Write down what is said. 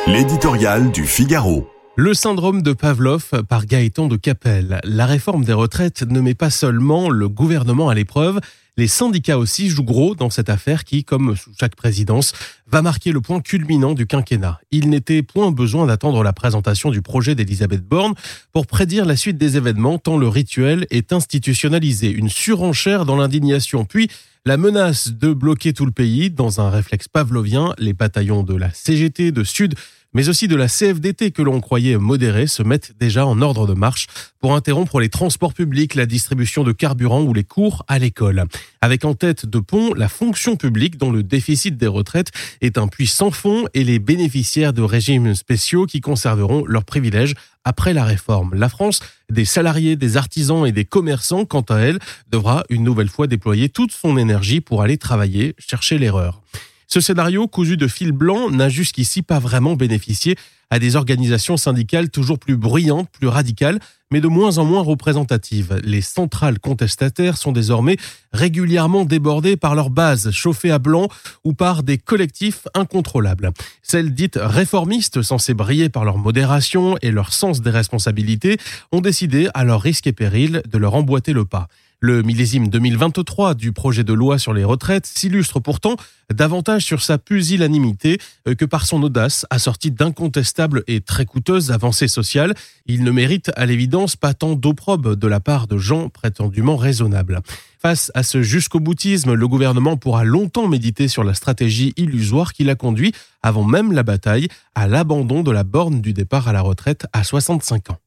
L'éditorial du Figaro. Le syndrome de Pavlov par Gaëtan de Capelle. La réforme des retraites ne met pas seulement le gouvernement à l'épreuve, les syndicats aussi jouent gros dans cette affaire qui, comme sous chaque présidence, va marquer le point culminant du quinquennat. Il n'était point besoin d'attendre la présentation du projet d'Elisabeth Borne pour prédire la suite des événements tant le rituel est institutionnalisé. Une surenchère dans l'indignation, puis la menace de bloquer tout le pays dans un réflexe pavlovien. Les bataillons de la CGT, de Sud, mais aussi de la CFDT que l'on croyait modérés se mettent déjà en ordre de marche pour interrompre les transports publics, la distribution de carburant ou les cours à l'école. Avec en tête de pont la fonction publique dont le déficit des retraites est un puits sans fond et les bénéficiaires de régimes spéciaux qui conserveront leurs privilèges après la réforme. La France, des salariés, des artisans et des commerçants, quant à elle, devra une nouvelle fois déployer toute son énergie pour aller travailler, chercher l'erreur. Ce scénario, cousu de fil blanc, n'a jusqu'ici pas vraiment bénéficié à des organisations syndicales toujours plus bruyantes, plus radicales, mais de moins en moins représentatives. Les centrales contestataires sont désormais régulièrement débordées par leur base, chauffées à blanc ou par des collectifs incontrôlables. Celles dites réformistes, censées briller par leur modération et leur sens des responsabilités, ont décidé, à leur risque et péril, de leur emboîter le pas. Le millésime 2023 du projet de loi sur les retraites s'illustre pourtant davantage sur sa pusillanimité que par son audace, assortie d'incontestables et très coûteuses avancées sociales. Il ne mérite à l'évidence pas tant d'opprobre de la part de gens prétendument raisonnables. Face à ce jusqu'au-boutisme, le gouvernement pourra longtemps méditer sur la stratégie illusoire qui l'a conduit, avant même la bataille, à l'abandon de la borne du départ à la retraite à 65 ans.